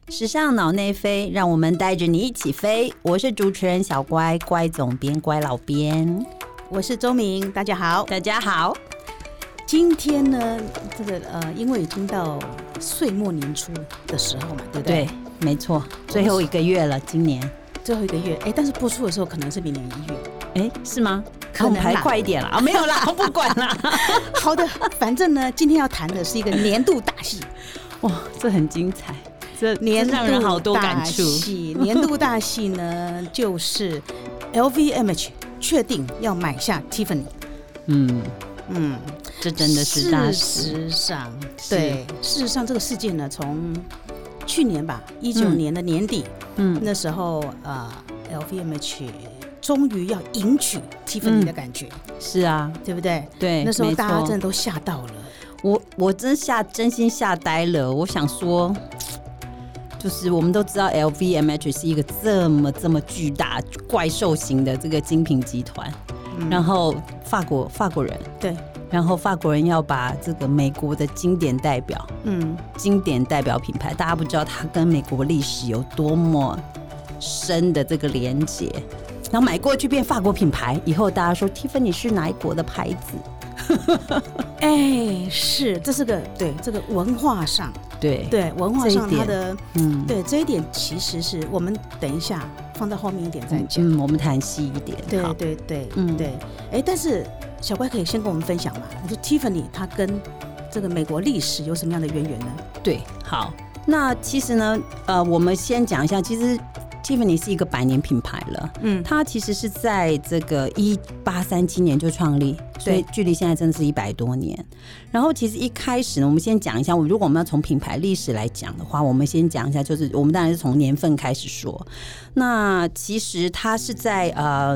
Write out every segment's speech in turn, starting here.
时尚脑内飞，让我们带着你一起飞。我是主持人小乖，乖总编，乖老编。 我是周明，大家好， 大家好。 今天呢，因为已经到岁末年初的时候嘛，对不对？ 对，没错，最后一个月了，今年最后一个月，但是播出的时候可能是明年1月， 是吗？ 可能排快一点了啊，没有啦，不管啦。 好的，反正呢，今天要谈的是一个年度大戏， 哇，这很精彩。 年度让人好多感触。 年度大戏呢，就是 LVMH 确定要买下 Tiffany。 这真的是大事。事实上这个事件呢，从去年吧，19年的年底，那时候LVMH 终于要迎娶 Tiffany 的感觉。 是啊， 对不对？ 对， 那时候大家真的都吓到了。 我真心吓呆了。我想说，就是我们都知道 LVMH 是一个这么巨大怪兽型的这个精品集团，然后法国人， 对， 然后法国人要把这个美国的经典代表品牌，大家不知道它跟美国历史有多么深的这个连结，然后买过去变法国品牌以后，大家说 Tiffany 是哪一国的牌子？ 是，这是个这个文化上， 对文化上它的对这一点其实是我们等一下放到后面一点再讲。 我们谈细一点。 对。但是小乖可以先跟我们分享嘛，就 Tiffany 它跟这个美国历史有什么样的渊源呢？对， 好，那其实呢，我们先讲一下，其实Tiffany 是一个100年品牌了，它其实是在这个1837年就创立，所以距离现在真的是100多年。然后其实一开始呢，我们先讲一下，如果我们要从品牌历史来讲的话，我们先讲一下，就是我们当然是从年份开始说。那其实它是在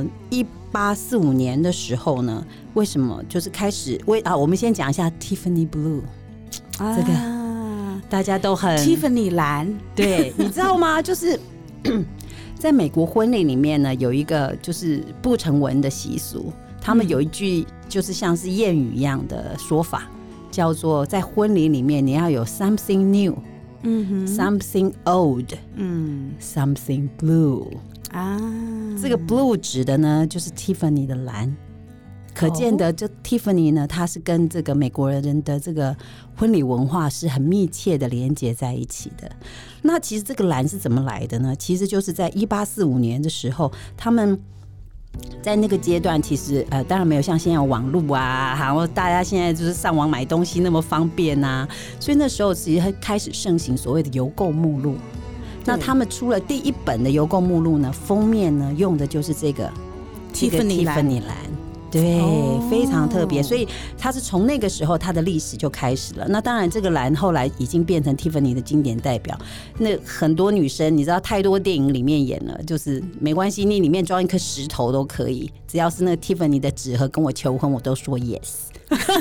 1845年的时候呢，为什么就是开始我们先讲一下 Tiffany Blue，这个大家都很 Tiffany 蓝， 对，你知道吗？就是在美国婚礼里面呢，有一个就是不成文的习俗，他们有一句就是像是谚语一样的说法，叫做在婚礼里面你要有 something new，something old，something blue 这个 blue 指的呢就是 Tiffany 的蓝。可见的，这 Tiffany 呢，它是跟这个美国人的这个婚礼文化是很密切的连接在一起的。那其实这个蓝是怎么来的呢？其实就是在1845年的时候，他们在那个阶段，其实当然没有像现在有网络啊，然后大家现在就是上网买东西那么方便啊，所以那时候其实开始盛行所谓的邮购目录。那他们出了第一本的邮购目录呢，封面呢用的就是这个 Tiffany 蓝。对，非常特别，所以它是从那个时候它的历史就开始了。那当然，这个蓝后来已经变成 Tiffany 的经典代表。那很多女生，你知道，太多电影里面演了，就是没关系，你里面装一颗石头都可以，只要是那个 Tiffany 的纸盒跟我求婚，我都说 yes。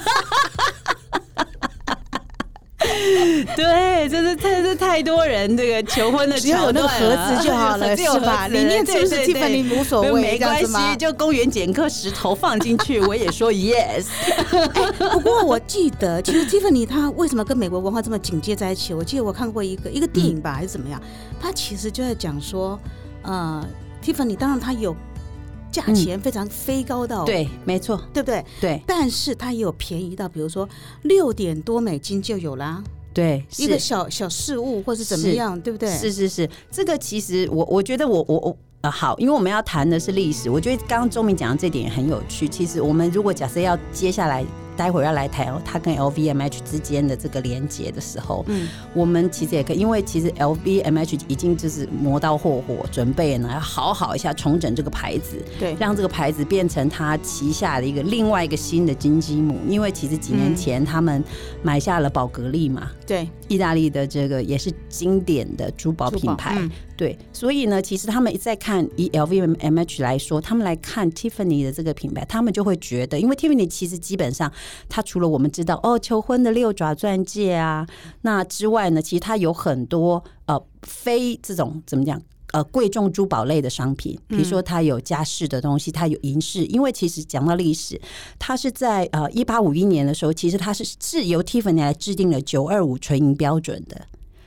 对，真是太多人这个求婚的桥段了， 只有那个盒子就好了，是吧？里面是不是 Tiffany 无所谓， 没关系，就公园捡颗石头放进去，我也说 yes。 不过我记得，其实 Tiffany 她为什么跟美国文化这么紧接在一起？我记得我看过一个电影吧，还是怎么样？她其实就在讲说，Tiffany 当然她有价钱非常飞高到， 对，没错， 对不对？ 对， 但是它也有便宜到，比如说$6点多就有啦。 对， 一个小事物或是怎么样，对不对？ 是，这个其实我觉得我好，因为我们要谈的是历史，我觉得刚刚周明讲的这点也很有趣。其实我们如果假设要接下来待会儿要来谈它跟 LVMH 之间的这个连结的时候，我们其实也可以，因为其实 LVMH 已经就是磨刀霍霍，准备呢要好一下重整这个牌子， 对， 让这个牌子变成他旗下的另外一个新的金鸡母。因为其实几年前他们买下了宝格丽嘛， 对， 意大利的这个也是经典的珠宝品牌，对，所以呢，其实他们在看以 LVMH 来说，他们来看 Tiffany 的这个品牌，他们就会觉得，因为 Tiffany 其实基本上它除了我们知道求婚的6爪钻戒啊，那之外呢，其实它有很多非这种怎么讲贵重珠宝类的商品，比如说它有家饰的东西，它有银饰。因为其实讲到历史，它是在1851年的时候，其实它是由 Tiffany 来制定了925纯银标准的。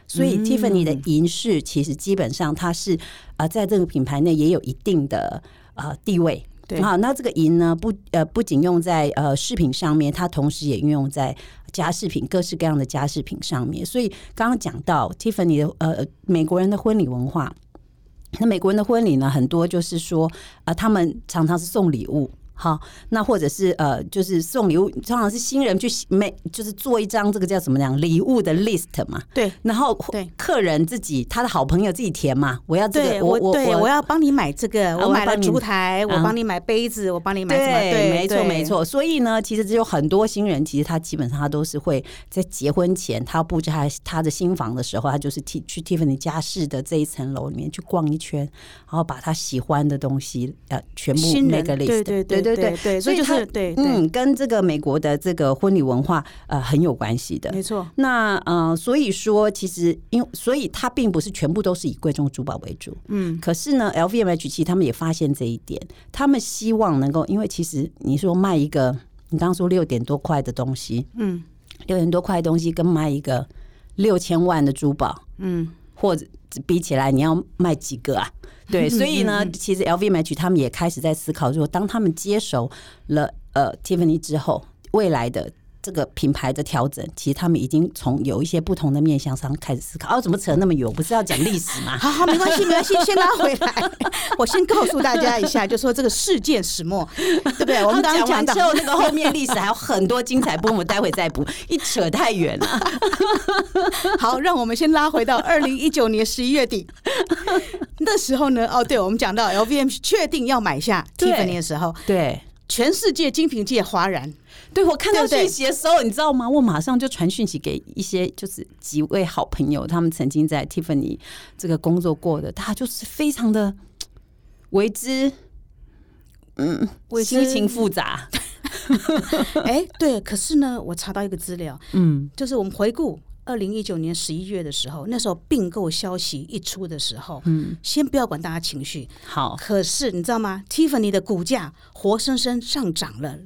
所以 Tiffany 的银饰其实基本上它是在这个品牌内也有一定的地位。好，那这个银呢不仅用在饰品上面，它同时也运用在家饰品各式各样的家饰品上面。所以刚刚讲到 Tiffany 的美国人的婚礼文化，那美国人的婚礼呢，很多就是说他们常常是送礼物。好，那或者是就是送礼物，通常是新人去就是做一张这个叫什么讲礼物的 list 嘛， 对， 然后客人自己他的好朋友自己填嘛，我要这个， 我要帮你买这个，我买了烛台，我帮你买杯子，我帮你买什么，对， 没错没错。所以呢，其实只有很多新人，其实他基本上他都是会在结婚前，他要布置他的新房的时候，他就是去 Tiffany 家饰的这一层楼里面去逛一圈，然后把他喜欢的东西全部那个 list， 对， 所以就是对， 跟这个美国的这个婚礼文化很有关系的， 没错。 那所以说其实所以它并不是全部都是以贵重珠宝为主，可是呢 LVMH 其实他们也发现这一点，他们希望能够，因为其实你说卖一个你刚刚说6点多块的东西，6点多块的东西跟卖一个6000万的珠宝，或者比起来你要卖几个啊？对，所以呢，其实 LVMH 他们也开始在思考说，当他们接手了Tiffany 之后，未来的这个品牌的调整，其实他们已经从有一些不同的面向上开始思考。怎么扯那么远？我不是要讲历史吗？ 好，没关系，先拉回来。我先告诉大家一下，就说这个事件始末，对不对？我们刚刚讲到之后，那个后面历史还有很多精彩部分，我们待会再补，一扯太远了。 好，让我们先拉回到2019年11月底。那时候呢，对，我们讲到 LVMH 确定要买下 Tiffany 的时候， 对， 全世界精品界哗然。 对，我看到讯息的时候，你知道吗？我马上就传讯息给一些就是几位好朋友，他们曾经在 Tiffany 这个工作过的，他就是非常的为之心情复杂。 对，可是呢，我查到一个资料，就是我们回顾2019年11月的时候，那时候并购消息一出的时候，先不要管大家情绪， 好， 可是你知道吗 ？Tiffany 的股价活生生上涨了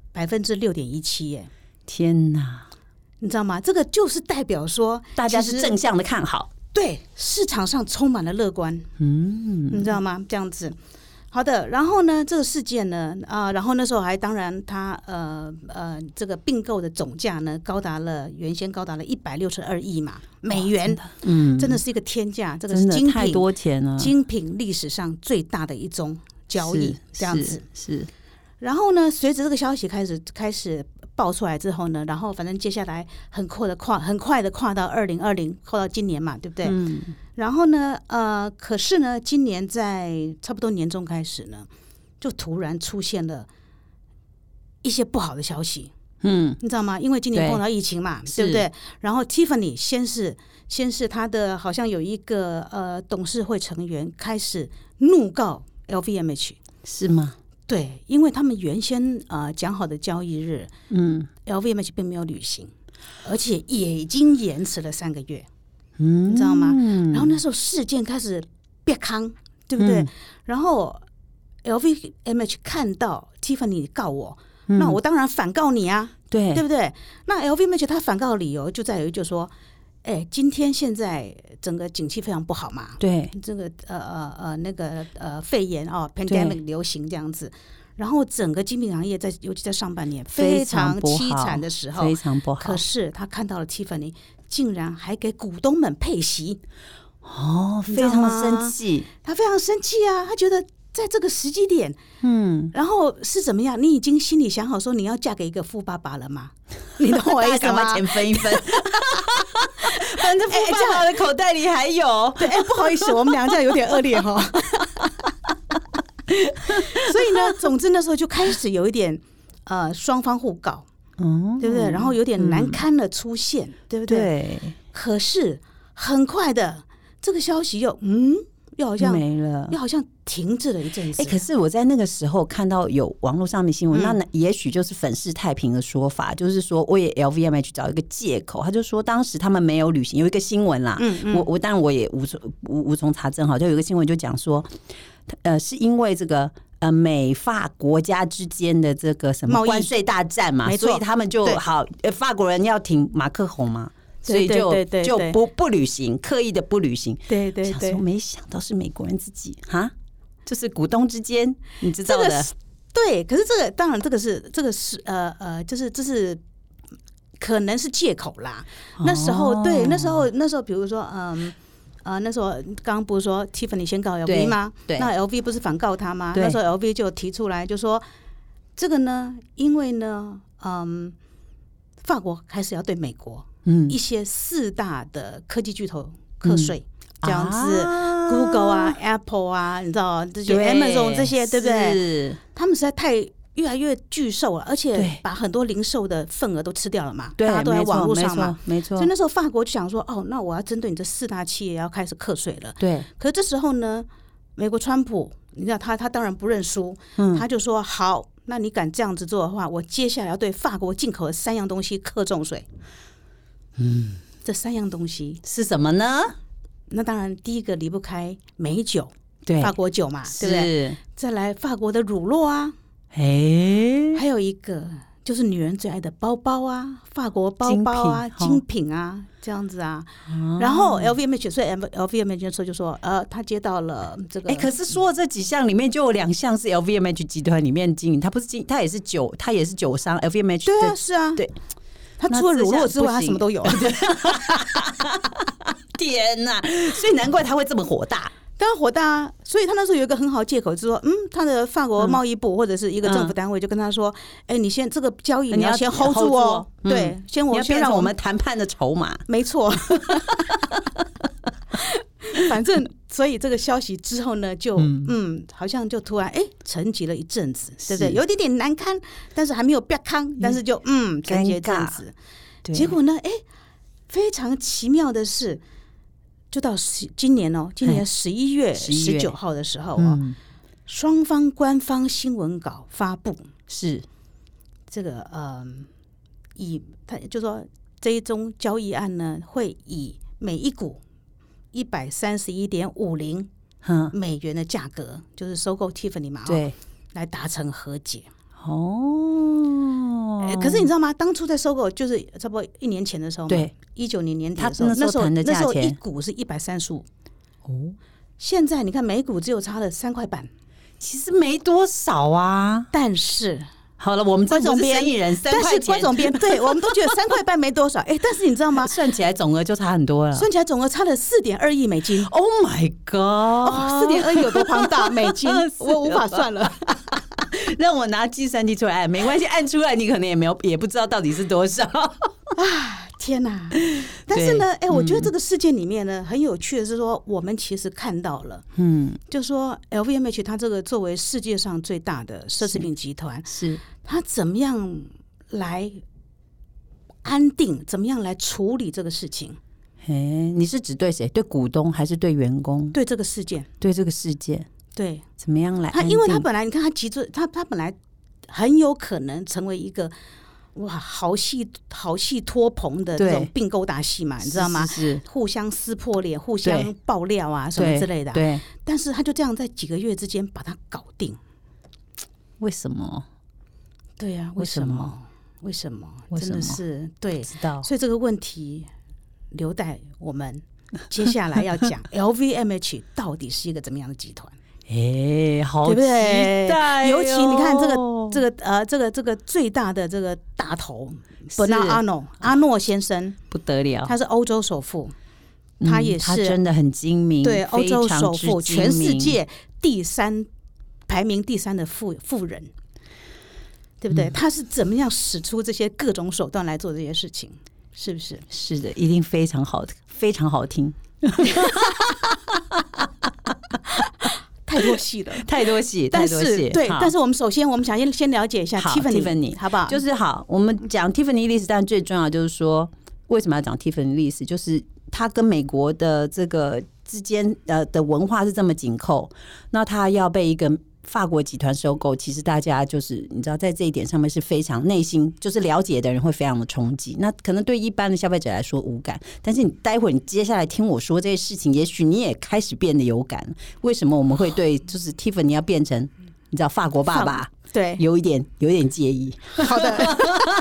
6.17%耶！ 天哪， 你知道吗？这个就是代表说大家是正向的看好， 对，市场上充满了乐观，你知道吗？这样子。好的，然后呢，这个事件呢，然后那时候还当然它这个并购的总价呢，原先高达了162亿美元，真的是一个天价，这个是精品太多钱了， 精品历史上最大的一宗交易，这样子是。 然后呢，随着这个消息开始爆出来之后呢，然后反正接下来很快的跨到2020，跨到今年嘛，对不对？然后呢，可是呢，今年在差不多年中开始呢，就突然出现了一些不好的消息，你知道吗？因为今年碰到疫情嘛， 对不对？然后 Tiffany 先是他的好像有一个董事会成员开始怒告 LVMH， 是吗？ 对，因为他们原先讲好的交易日，LVMH 并没有履行，而且也已经延迟了3个月，你知道吗？然后那时候事件开始变康，对不对？然后 LVMH 看到 Tiffany 告我，那我当然反告你啊，对不对？那 LVMH 他反告的理由就在于就说，今天现在整个景气非常不好嘛， 对， 这个那个肺炎pandemic 流行这样子，然后整个精品行业尤其在上半年非常凄惨的时候， 非常不好。 可是他看到了 Tiffany 竟然还给股东们配息， 非常生气， 他非常生气啊，他觉得在这个时机点，然后是怎么样？你已经心里想好说你要嫁给一个富爸爸了吗？你懂我意思吗？ 钱分一分。反正富爸爸的口袋里还有。 对，不好意思，我们俩这样有点恶劣哈。所以呢，总之那时候就开始有一点双方互告，对不对？然后有点难堪的出现，对不对？ 对。 可是很快的，这个消息又好像没了， 又好像停滞了一阵子。 可是我在那个时候看到有网络上面新闻，那也许就是粉饰太平的说法，就是说为 LVMH 找一个借口，他就说当时他们没有履行，有一个新闻啦，我当然我也无从查证哈，就有一个新闻就讲说，是因为这个美法国家之间的这个什么关税大战嘛，所以他们就好，法国人要挺马克宏嘛。 所以就不旅行，刻意的不旅行。 对对对， 想说没想到是美国人自己哈，就是股东之间，你知道的。 对，可是这个当然这个是就是这是可能是借口啦。那时候对，那时候比如说那时候刚刚不是说 Tiffany 先告 LV 吗？对，那 LV 不是反告他吗？那时候 LV 就提出来就说这个呢，因为呢法国开始要对美国一些4大的科技巨头课税，这样子，Google 啊、Apple 啊，你知道这些 Amazon 这些，对不对？他们实在越来越巨兽了，而且把很多零售的份额都吃掉了嘛，大家都在网络上嘛， 没错。 所以那时候法国就想说，那我要针对你这4大企业要开始课税了。对。可是这时候呢，美国川普，你知道他当然不认输，他就说好。那你敢这样子做的话，我接下来要对法国进口的3样东西课重税。这3样东西是什么呢？ 那当然，第一个离不开美酒，对，法国酒嘛，对不对？再来法国的乳酪啊，还有一个就是女人最爱的包包啊，法国包包啊，精品啊，这样子啊。然后 LVMH， 所以 LVMH 就说，他接到了这个。 可是说这几项里面就有2项是 LVMH 集团里面经营，他也是酒商 LVMH。 对啊，是啊，对。他除了乳酪之外，他什么都有。 天哪！所以难怪他会这么火大。 当然火大啊！所以他那时候有一个很好的借口，就是说，他的法国贸易部或者是一个政府单位就跟他说，你先这个交易你要先 hold 住哦，对，先让我们谈判的筹码。 没错。反正，所以这个消息之后呢，就好像就突然沉寂了一阵子，对不对？有点难堪，但是还没有变康，但是就沉寂一阵子。结果呢，非常奇妙的是，就到今年11月19号的时候双方官方新闻稿发布，是这个他就说这一宗交易案呢，会以每一股131.50美元的价格，就是收购 Tiffany 嘛，对，来达成和解。可是你知道吗？当初在收购就是差不多1年前的时候，对，19年年底的时候，那时候一股是135，现在你看每股只有差了3块半， 其实没多少啊。 但是好了，我们这种生意人3块钱， 但是关总编对我们都觉得3块半没多少，但是你知道吗？ 算起来总额就差很多了， 算起来总额差了4.2亿美金。 Oh my god！ 4.2亿有多庞大美金？我无法算了。 让我拿计算机出来按，没关系，按出来你可能也不知道到底是多少。 天哪！但是呢，我觉得这个事件里面呢，很有趣的是说，我们其实看到了，就说 LVMH 它这个作为世界上最大的奢侈品集团，是它怎么样来安定，怎么样来处理这个事情？ 你是指对谁？对股东还是对员工？ 对这个事件， 对这个事件。对，怎么样来安定？ 因为他本来你看他急着，他本来很有可能成为一个豪戏托棚的这种并购大戏嘛，你知道吗？是互相撕破脸，互相爆料啊什么之类的。对，但是他就这样在几个月之间把它搞定。 为什么？ 对呀，为什么？真的是对，知道。所以这个问题留待我们接下来要讲 LVMH 到底是一个怎么样的集团。 好期待！ 尤其你看这个最大的这个大头阿诺先生不得了， 他是欧洲首富，他也是他真的很精明， 对，欧洲首富，全世界排名第3的富人，对不对？他是怎么样使出这些各种手段来做这些事情？是不是？ 是的，一定非常好听。太多戏， 但是我们首先想先了解一下 Tiffany 好不好？ 就是好，我们讲 Tiffany 历史，但最重要就是说为什么要讲 Tiffany 历史，就是它跟美国的这个之间的文化是这么紧扣，那它要被一个法国集团收购，其实大家就是你知道，在这一点上面是非常内心就是了解的人会非常的冲击。那可能对一般的消费者来说无感，但是你待会你接下来听我说这些事情，也许你也开始变得有感。为什么我们会对就是 Tiffany 要变成你知道法国爸爸？ 对， 有一点介意。 好的，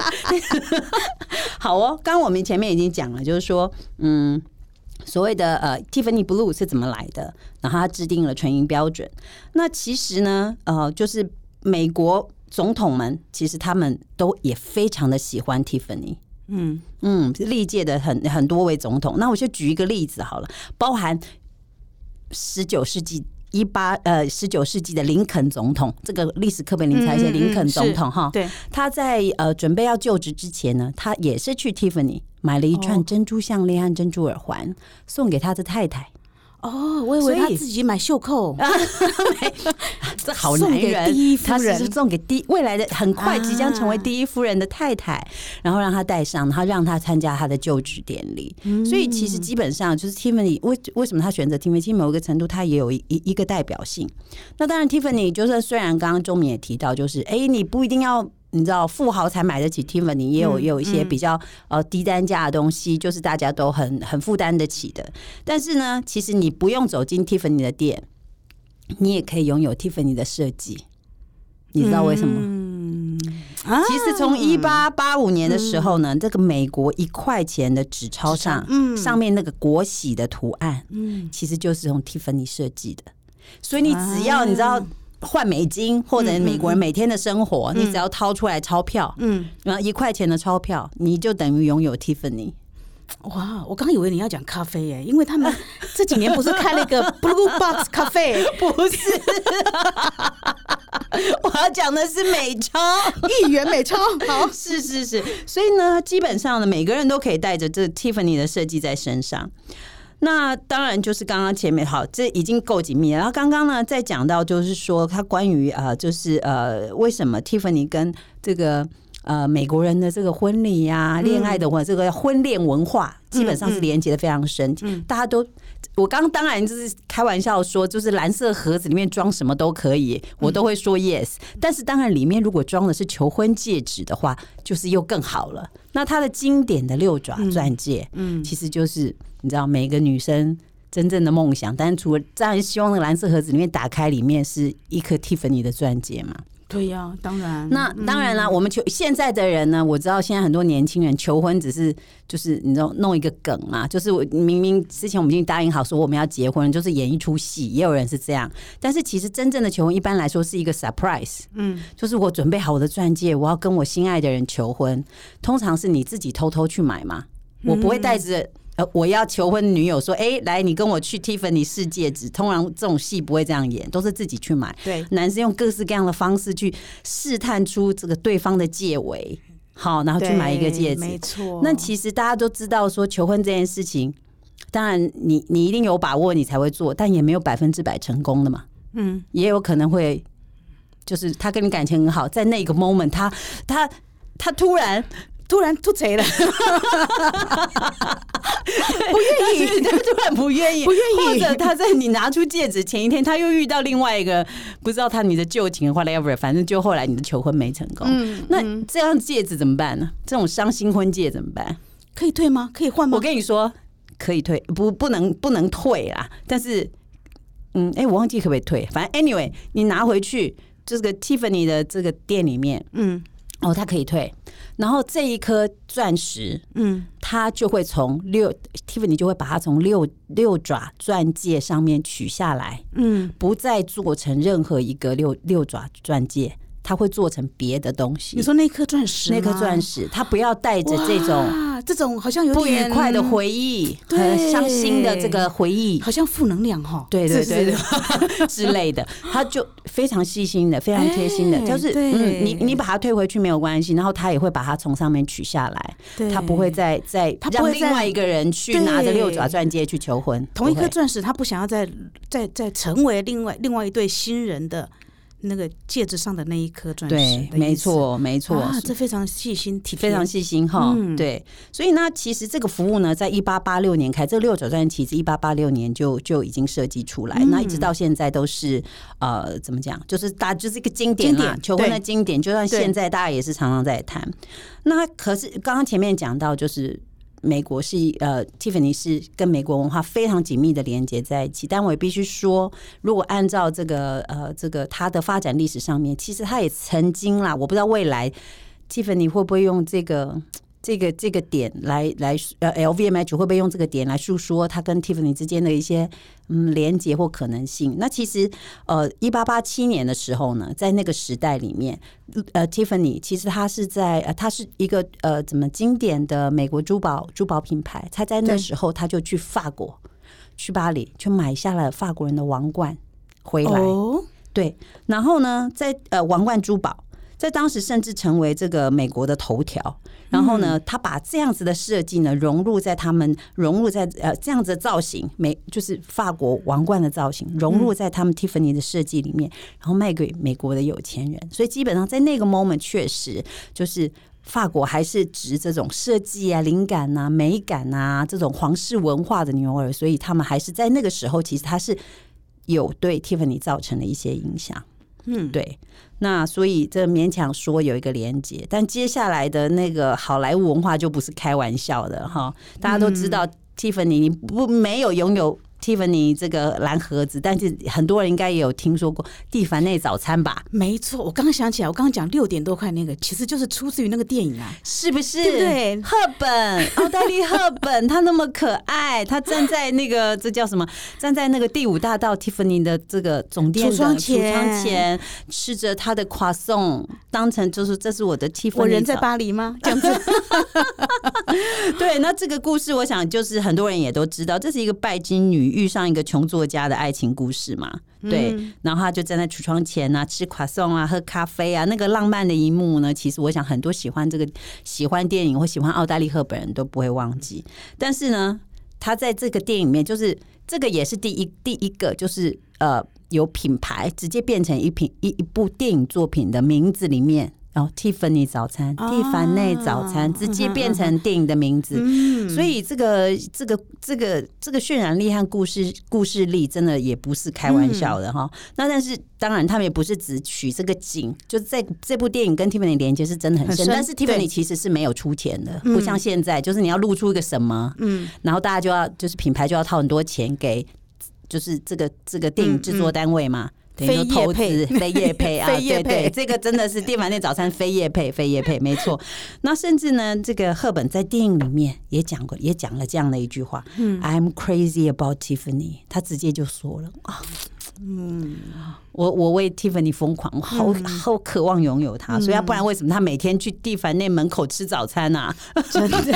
好哦，刚刚我们前面已经讲了，就是说，所谓的Tiffany Blue 是怎么来的，然后它制定了纯银标准。那其实呢，就是美国总统们其实他们都也非常的喜欢 Tiffany。历届的很多位总统，那我就举一个例子好了，包含19世纪19世纪的林肯总统，这个历史课本里查一些林肯总统哈， 对， 他在准备要就职之前呢，他也是去 Tiffany 买了一串珍珠项链和珍珠耳环，送给他的太太。 哦，我以为他自己买袖扣， 这好男人， 送给第一夫人， 他是送给未来的很快即将成为第一夫人的太太，然后让他戴上，然后让他参加他的就职典礼。所以其实基本上就是 Tiffany 为什么他选择 Tiffany， 其实某一个程度他也有一个代表性。那当然 Tiffany 就是虽然刚刚钟敏也提到，就是你不一定要。你知道富豪才买得起 Tiffany， 也有一些比较低单价的东西，就是大家都很负担得起的。但是呢，其实你不用走进 Tiffany 的店，你也可以拥有 Tiffany 的设计。你知道为什么？其实从1885年的时候呢，这个美国1块钱的纸钞上，上面那个国玺的图案，其实就是用 Tiffany 设计的。所以你只要你知道。换美金或者美国人每天的生活，你只要掏出来钞票，然后1块钱的钞票，你就等于拥有 Tiffany。 哇，我刚以为你要讲咖啡耶，因为他们这几年不是开了一个 Blue Box 咖啡， 不是，我要讲的是美钞 ，1元美钞。好， 是，所以呢，基本上呢，每个人都可以带着这 Tiffany 的设计在身上。那当然就是刚刚前面好，这已经够紧密了。然后刚刚呢，再讲到就是说，他关于就是为什么 Tiffany 跟这个美国人的这个婚礼呀、恋爱的这个婚恋文化，基本上是连接的非常深。大家都，我刚当然就是开玩笑说，就是蓝色盒子里面装什么都可以，我都会说 yes。但是当然里面如果装的是求婚戒指的话，就是又更好了。那它的经典的6爪钻戒，其实就是你知道每个女生真正的梦想。但是除了当然希望那个蓝色盒子里面打开，里面是一颗 Tiffany 的钻戒嘛。 对呀，当然。 那当然啦，我们现在的人呢，我知道现在很多年轻人求婚只是就是你知道弄一个梗嘛，就是我明明之前我们已经答应好说我们要结婚，就是演一出戏，也有人是这样。但是其实真正的求婚一般来说是一个 surprise，就是我准备好我的钻戒，我要跟我心爱的人求婚，通常是你自己偷偷去买嘛，我不会带着。我要求婚女友说，来，你跟我去 Tiffany 试戒指。通常这种戏不会这样演，都是自己去买。 对， 男生用各式各样的方式去试探出这个对方的戒围，好，然后去买一个戒指。 没错。 那其实大家都知道说求婚这件事情，当然你一定有把握你才会做，但也没有100%成功的嘛。也有可能会就是他跟你感情很好，在那个 moment 他突然吐贼了， 不愿意，他突然不愿意，或者他在你拿出戒指前一天，他又遇到另外一个不知道你的旧情 whatever， 反正就后来你的求婚没成功。那这样戒指怎么办呢？这种伤心婚戒怎么办？ 可以退吗？可以换吗？ 我跟你说，可以退，不能退啦。但是，我忘记可不可以退。反正 anyway， 你拿回去这个 Tiffany 的这个店里面，它可以退。然后这一颗钻石，它就会从Tiffany 就会把它从六爪钻戒上面取下来，不再做成任何一个六爪钻戒，它会做成别的东西。 你说那颗钻石吗？ 那颗钻石，它不要带着这种好像有点不愉快的回忆和伤心的这个回忆， 好像负能量哈， 对之类的，他就非常细心的、非常贴心的，就是你把它退回去没有关系，然后他也会把它从上面取下来，他不会再让另外一个人去拿着6爪钻戒去求婚。 同一颗钻石，他不想要再成为另外一对新人的那个戒指上的那一颗钻石。 对，没错这非常细心体贴， 非常细心哈。对，所以呢，其实这个服务呢，在1886年开，这个6爪钻其实1886年就已经设计出来，那一直到现在都是怎么讲，就是一个经典啦，求婚的经典，就算现在大家也是常常在谈。那可是刚刚前面讲到，就是美国是Tiffany 是跟美国文化非常紧密的连接在一起。但我也必须说，如果按照这个它的发展历史上面，其实它也曾经啦，我不知道未来 Tiffany 会不会用这个点来LVMH 会不会用这个点来诉说它跟 Tiffany 之间的一些连结或可能性？那其实1887年的时候呢，在那个时代里面Tiffany 其实它是它是一个怎么经典的美国珠宝品牌，它在那时候它就去法国去巴黎去买下了法国人的王冠回来，对，然后呢在王冠珠宝在当时甚至成为这个美国的头条。然后呢，他把这样子的设计呢融入在这样子的造型，就是法国王冠的造型，融入在他们 Tiffany 的设计里面，然后卖给美国的有钱人。所以基本上在那个 moment 确实就是法国还是值这种设计啊、灵感啊、美感啊这种皇室文化的牛耳，所以他们还是在那个时候，其实他是有对 Tiffany 造成了一些影响。对，那所以这勉强说有一个连结，但接下来的那个好莱坞文化就不是开玩笑的哈。大家都知道 Tiffany 没有拥有 Tiffany 这个蓝盒子，但是很多人应该也有听说过蒂凡内早餐吧？ 没错，我刚刚想起来，我刚刚讲6点多块那个，其实就是出自于那个电影啊， 是不是？ 对不对？ 赫本，奥黛丽·赫本，她那么可爱，她站在那个这叫什么？站在那个第5大道 Tiffany 的这个总店的橱窗前，吃着她的croissant，当成就是这是我的 Tiffany。 我人在巴黎吗？这样子。 对，那这个故事，我想就是很多人也都知道，这是一个拜金女遇上一个穷作家的爱情故事嘛。对，然后他就站在橱窗前啊，吃croissant啊，喝咖啡啊，那个浪漫的一幕呢，其实我想很多喜欢电影或喜欢奥黛丽·赫本人都不会忘记。但是呢，他在这个电影里面，就是这个也是第一个，就是有品牌直接变成一部电影作品的名字里面。然后 Tiffany 早餐，蒂凡内早餐直接变成电影的名字，所以这个渲染力和故事力真的也不是开玩笑的哈。那但是当然他们也不是只取这个景，就是在这部电影跟 Tiffany 连接是真的很深，但是 Tiffany 其实是没有出钱的，不像现在就是你要露出一个什么，然后大家就是品牌就要掏很多钱给就是这个电影制作单位嘛。 非投资非业配啊， 对， 这个真的是蒂凡内早餐非业配，没错。那甚至呢，这个赫本在电影里面也讲了这样的一句话：“I'm crazy about Tiffany。”他直接就说了啊，我为 Tiffany 疯狂，我好渴望拥有它，所以不然为什么他每天去蒂凡内门口吃早餐啊？真的，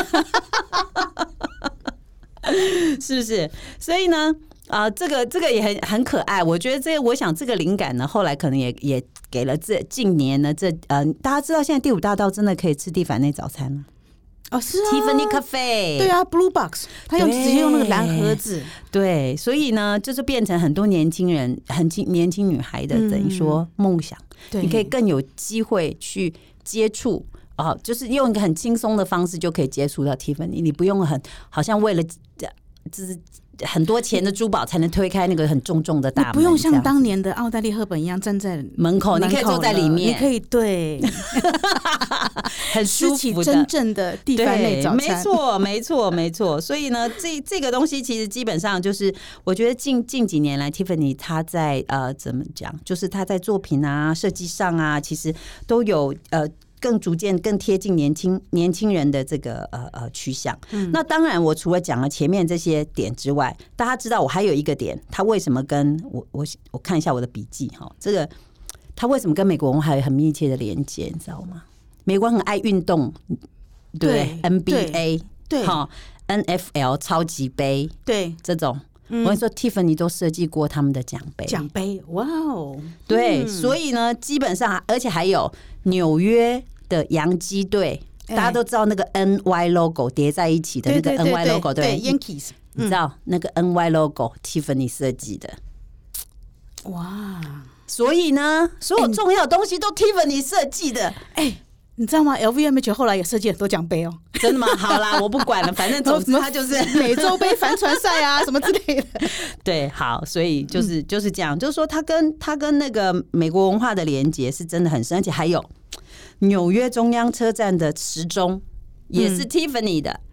是不是？所以呢？这个也很可爱，我觉得我想这个灵感呢，后来可能也给了这近年呢，大家知道现在第5大道真的可以吃蒂凡内早餐了。 哦，是啊 ，Tiffany Cafe， 对啊 ，Blue Box， 他直接用那个蓝盒子， 对，所以呢，就是变成很多年轻人、年轻女孩的等于说梦想，你可以更有机会去接触。就是用一个很轻松的方式就可以接触到 Tiffany， 你不用好像为了就是很多钱的珠宝才能推开那个很重的大门， 你不用像当年的奥黛丽·赫本一样站在门口，你可以坐在里面， 你可以对， 很舒服的真正的蒂凡内早餐， 没错。所以呢，这个东西其实基本上就是，我觉得近几年来 ，Tiffany 她在怎么讲，就是她在作品啊、设计上啊，其实都有更逐渐更贴近年轻人的这个趋向。那当然，我除了讲了前面这些点之外，大家知道我还有一个点，他为什么跟我看一下我的笔记哈，这个他为什么跟美国文化有很密切的连接，你知道吗？美国很爱运动，对 NBA 对， 好 NFL 超级杯对这种。我跟你说 ，Tiffany 都设计过他们的奖杯， 哇哦！ 对，所以呢，基本上，而且还有纽约的洋基队，大家都知道那个 NY logo 叠在一起的那个 NY logo， 对 ，Yankees， 你知道那个 NY logo Tiffany 设计的， 哇！ 所以呢，所有重要的东西都 Tiffany 设计的， 你知道吗 ？LVMH 后来也设计很多奖杯哦。 真的吗？好啦，我不管了，反正总之它就是美洲杯帆船赛啊，什么之类的。 对，好，所以就是这样，就是说它跟那个美国文化的连结是真的很深，而且还有纽约中央车站的时钟也是 Tiffany 的。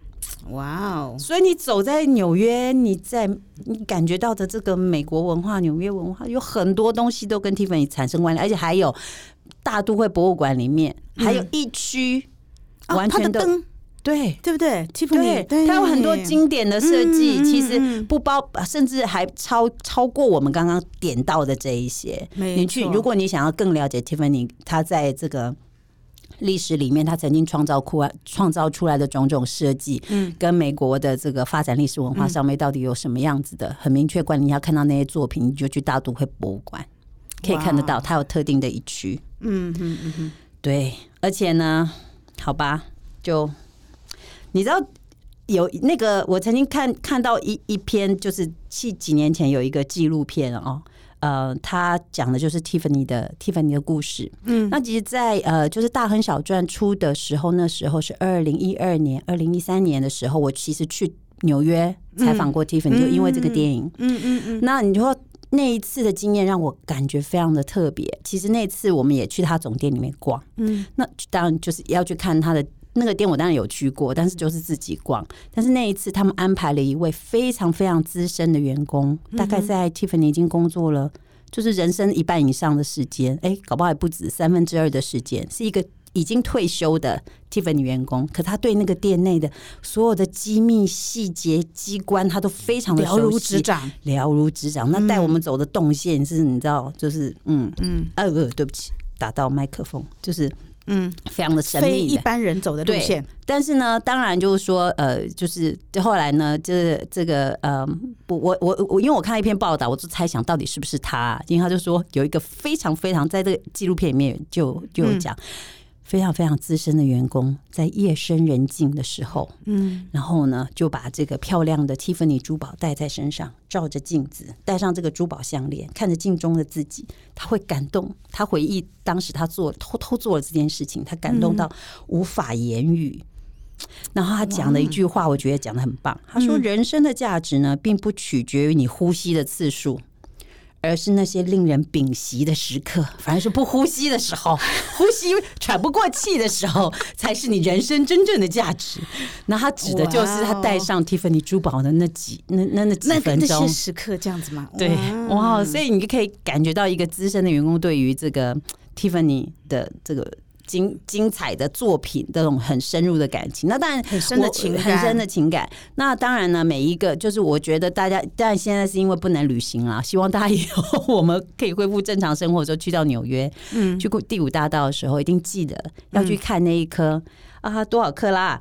哇哦！ 所以你走在纽约，你感觉到的这个美国文化、纽约文化，有很多东西都跟 Tiffany 产生关联，而且还有大都会博物馆里面还有一区完全的灯。 对不对 ？Tiffany 对，它有很多经典的设计，其实不包，甚至还超过我们刚刚点到的这一些。你去，如果你想要更了解 Tiffany， 它在这个历史里面，他曾经创造出来的种种设计，跟美国的这个发展历史文化上面到底有什么样子的很明确关联。你要看到那些作品，你就去大都会博物馆可以看得到，它有特定的一区。对，而且呢，好吧，就。你知道有那个，我曾经看到一篇，就是几年前有一个纪录片哦，他讲的就是 Tiffany 的故事。那其实在就是大亨小传出的时候，那时候是2012年、2013年的时候，我其实去纽约采访过 Tiffany，就因为这个电影。那你说那一次的经验让我感觉非常的特别。其实那一次我们也去他总店里面逛，那当然就是要去看他的。那个店我当然有去过，但是就是自己逛。但是那一次他们安排了一位非常非常资深的员工，大概在 Tiffany 已经工作了，就是人生一半以上的时间，搞不好也不止2/3的时间，是一个已经退休的 Tiffany 员工。可他对那个店内的所有的机密细节机关，他都非常的熟悉，了如指掌。那带我们走的动线是，你知道，就是对不起，打到麦克风，就是。非常的神秘的， 非一般人走的路线。 但是呢，当然就是说，就是后来呢，就是这个我因为我看了一篇报道，我就猜想到底是不是他，因为他就说有一个非常非常在这个纪录片里面就有讲。非常非常资深的员工，在夜深人静的时候，然后呢，就把这个漂亮的 Tiffany 珠宝戴在身上，照着镜子，戴上这个珠宝项链，看着镜中的自己，他会感动。他回忆当时他偷偷做了这件事情，他感动到无法言语。然后他讲了一句话，我觉得讲得很棒。他说：“人生的价值呢，并不取决于你呼吸的次数。”而是那些令人屏息的时刻，反而是不呼吸的时候，呼吸喘不过气的时候，才是你人生真正的价值。那他指的就是他戴上 Tiffany 珠宝的那几分钟， 那些时刻，这样子吗？ 对，哇！所以你就可以感觉到一个资深的员工对于这个 Tiffany 的这个。精彩的作品，这种很深入的感情，那当然很深的情感。那当然呢，每一个就是我觉得大家，当然现在是因为不能旅行啦，希望大家以后我们可以恢复正常生活的时候，去到纽约，去过第5大道的时候，一定记得要去看那一颗多少克拉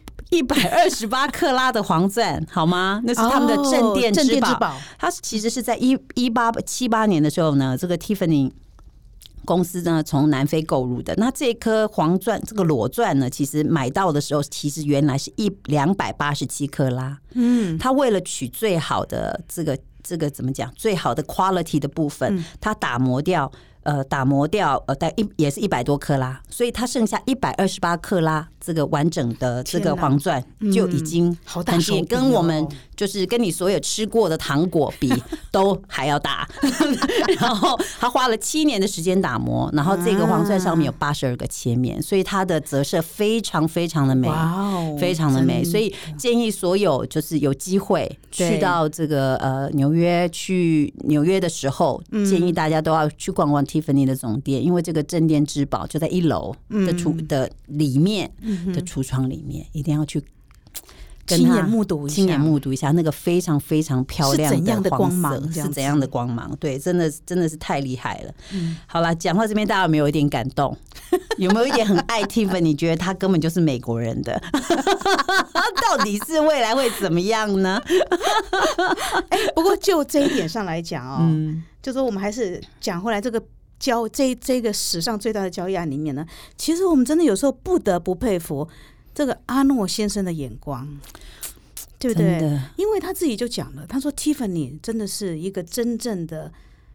128克拉的黄钻，好吗？那是他们的镇店之宝。它其实是在1878年的时候呢，这个 Tiffany。公司呢从南非购入的，那这颗黄钻这个裸钻呢，其实买到的时候，其实原来是287克拉。他为了取最好的这个怎么讲，最好的 quality 的部分，他打磨掉也是100多克拉，所以它剩下128克拉这个完整的这个黄钻就已经好大手笔， 跟我们就是跟你所有吃过的糖果比都还要大。然后他花了7年的时间打磨，然后这个黄钻上面有82个切面，所以它的折射非常非常的美，非常的美。所以建议所有就是有机会去到这个纽约的时候，建议大家都要去逛逛Tiffany 的总店，因为这个镇店之宝就在1楼的里面的橱窗里面，一定要去跟他亲眼目睹一下那个非常非常漂亮的光芒是怎样的光芒。对，真的是太厉害了。好了，讲到这边，大家有没有一点感动？有没有一点很爱 Tiffany？ 觉得他根本就是美国人的？到底是未来会怎么样呢？ 不过就这一点上来讲就说我们还是讲回来这个。这个史上最大的交易案里面呢，其实我们真的有时候不得不佩服这个阿诺先生的眼光，对不对？因为他自己就讲了，他说 Tiffany 真的是一个真正的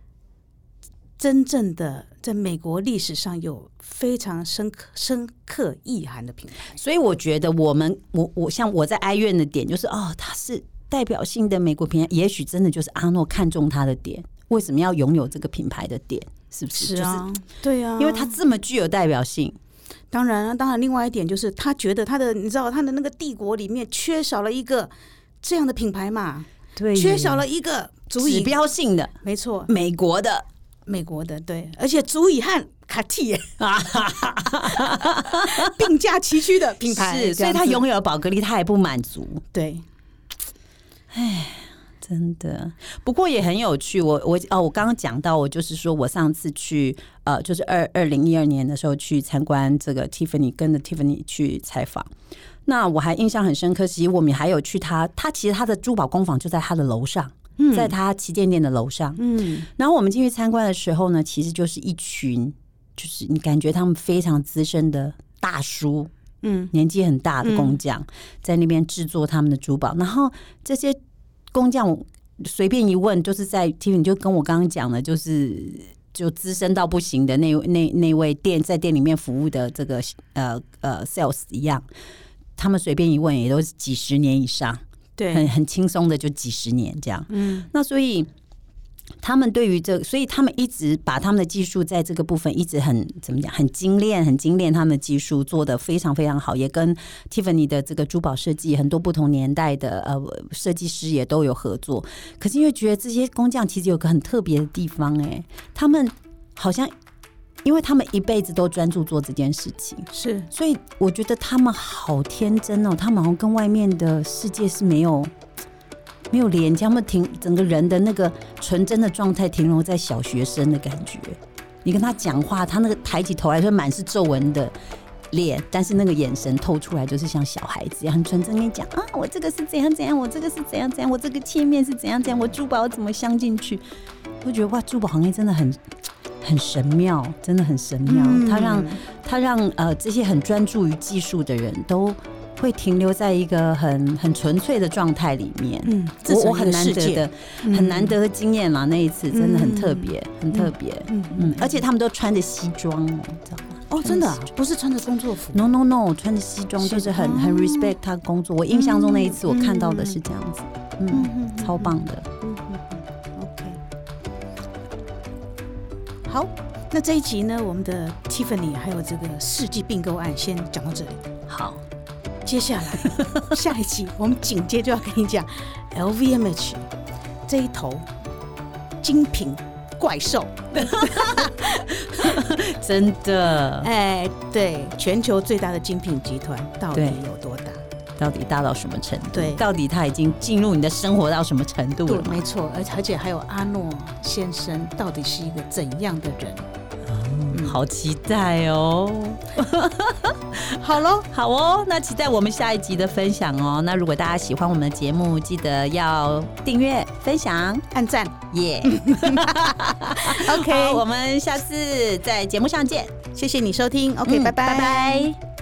在美国历史上有非常深刻意涵的品牌。 所以我觉得我像我在哀怨的点就是他是代表性的美国品牌，也许真的就是阿诺看中他的点，为什么要拥有这个品牌的点？是不是？ 是啊，对啊， 因为它这么具有代表性， 当然，另外一点就是他觉得你知道他的那个帝国里面缺少了一个这样的品牌嘛， 对， 缺少了一个足以指标性的， 没错， 美国的对，而且足以和卡地并驾齐驱的品牌， 是，所以他拥有了宝格丽，他还不满足。 对， 哎，真的。不过也很有趣，我刚刚讲到，我就是说我上次去就是2012年的时候去参观这个 Tiffany， 跟着 Tiffany 去采访。那我还印象很深刻，其实我们还有去他其实他的珠宝工坊就在他的楼上。在他旗舰店的楼上，然后我们进去参观的时候呢，其实就是一群，就是你感觉他们非常资深的大叔，年纪很大的工匠，在那边制作他们的珠宝。然后这些工匠随便一问，就是在 Tiffany 就跟我刚刚讲的，就资深到不行的那位在店里面服务的这个sales 一样，他们随便一问也都是几十年以上。对，很轻松的就几十年这样，那所以他们对于所以他们一直把他们的技术在这个部分一直怎么讲，很精炼，他们的技术做得非常非常好，也跟 Tiffany 的这个珠宝设计很多不同年代的设计师也都有合作。可是因为觉得这些工匠其实有个很特别的地方，他们好像。因为他们一辈子都专注做这件事情， 是， 所以我觉得他们好天真哦，他们好像跟外面的世界是没有连接，他们整个人的那个纯真的状态停留在小学生的感觉。你跟他讲话，他那个抬起头来，就满是皱纹的脸，但是那个眼神透出来就是像小孩子一样，很纯真跟你讲啊，我这个是怎样怎样，我这个是怎样怎样，我这个切面是怎样怎样，我珠宝怎么镶进去。我觉得哇，珠宝行业真的很神妙，真的很神妙。他让这些很专注于技术的人都会停留在一个很纯粹的状态里面。我很难得的经验啦，那一次真的很特别，很特别。而且他们都穿着西装哦，知道吗？ 哦，真的啊，不是穿着工作服 ？No， 穿着西装就是很 respect 他工作。我印象中那一次我看到的是这样子，超棒的。 好，那这一集呢，我们的 Tiffany 还有这个世纪并购案先讲到这里。 好， 接下来下一集我们紧接就要跟你讲 LVMH 这一头精品怪兽， 真的， 对，全球最大的精品集团到底有多大？ 到底大到什么程度？ 对， 到底他已经进入你的生活到什么程度了？ 对，没错，而且还有阿诺先生到底是一个怎样的人？ 好期待哦！ 好咯， 好哦，那期待我们下一集的分享哦。那如果大家喜欢我们的节目，记得要订阅、分享、 按赞， 耶 ！OK， 我们下次在节目上见。 谢谢你收听 ，OK， 拜拜。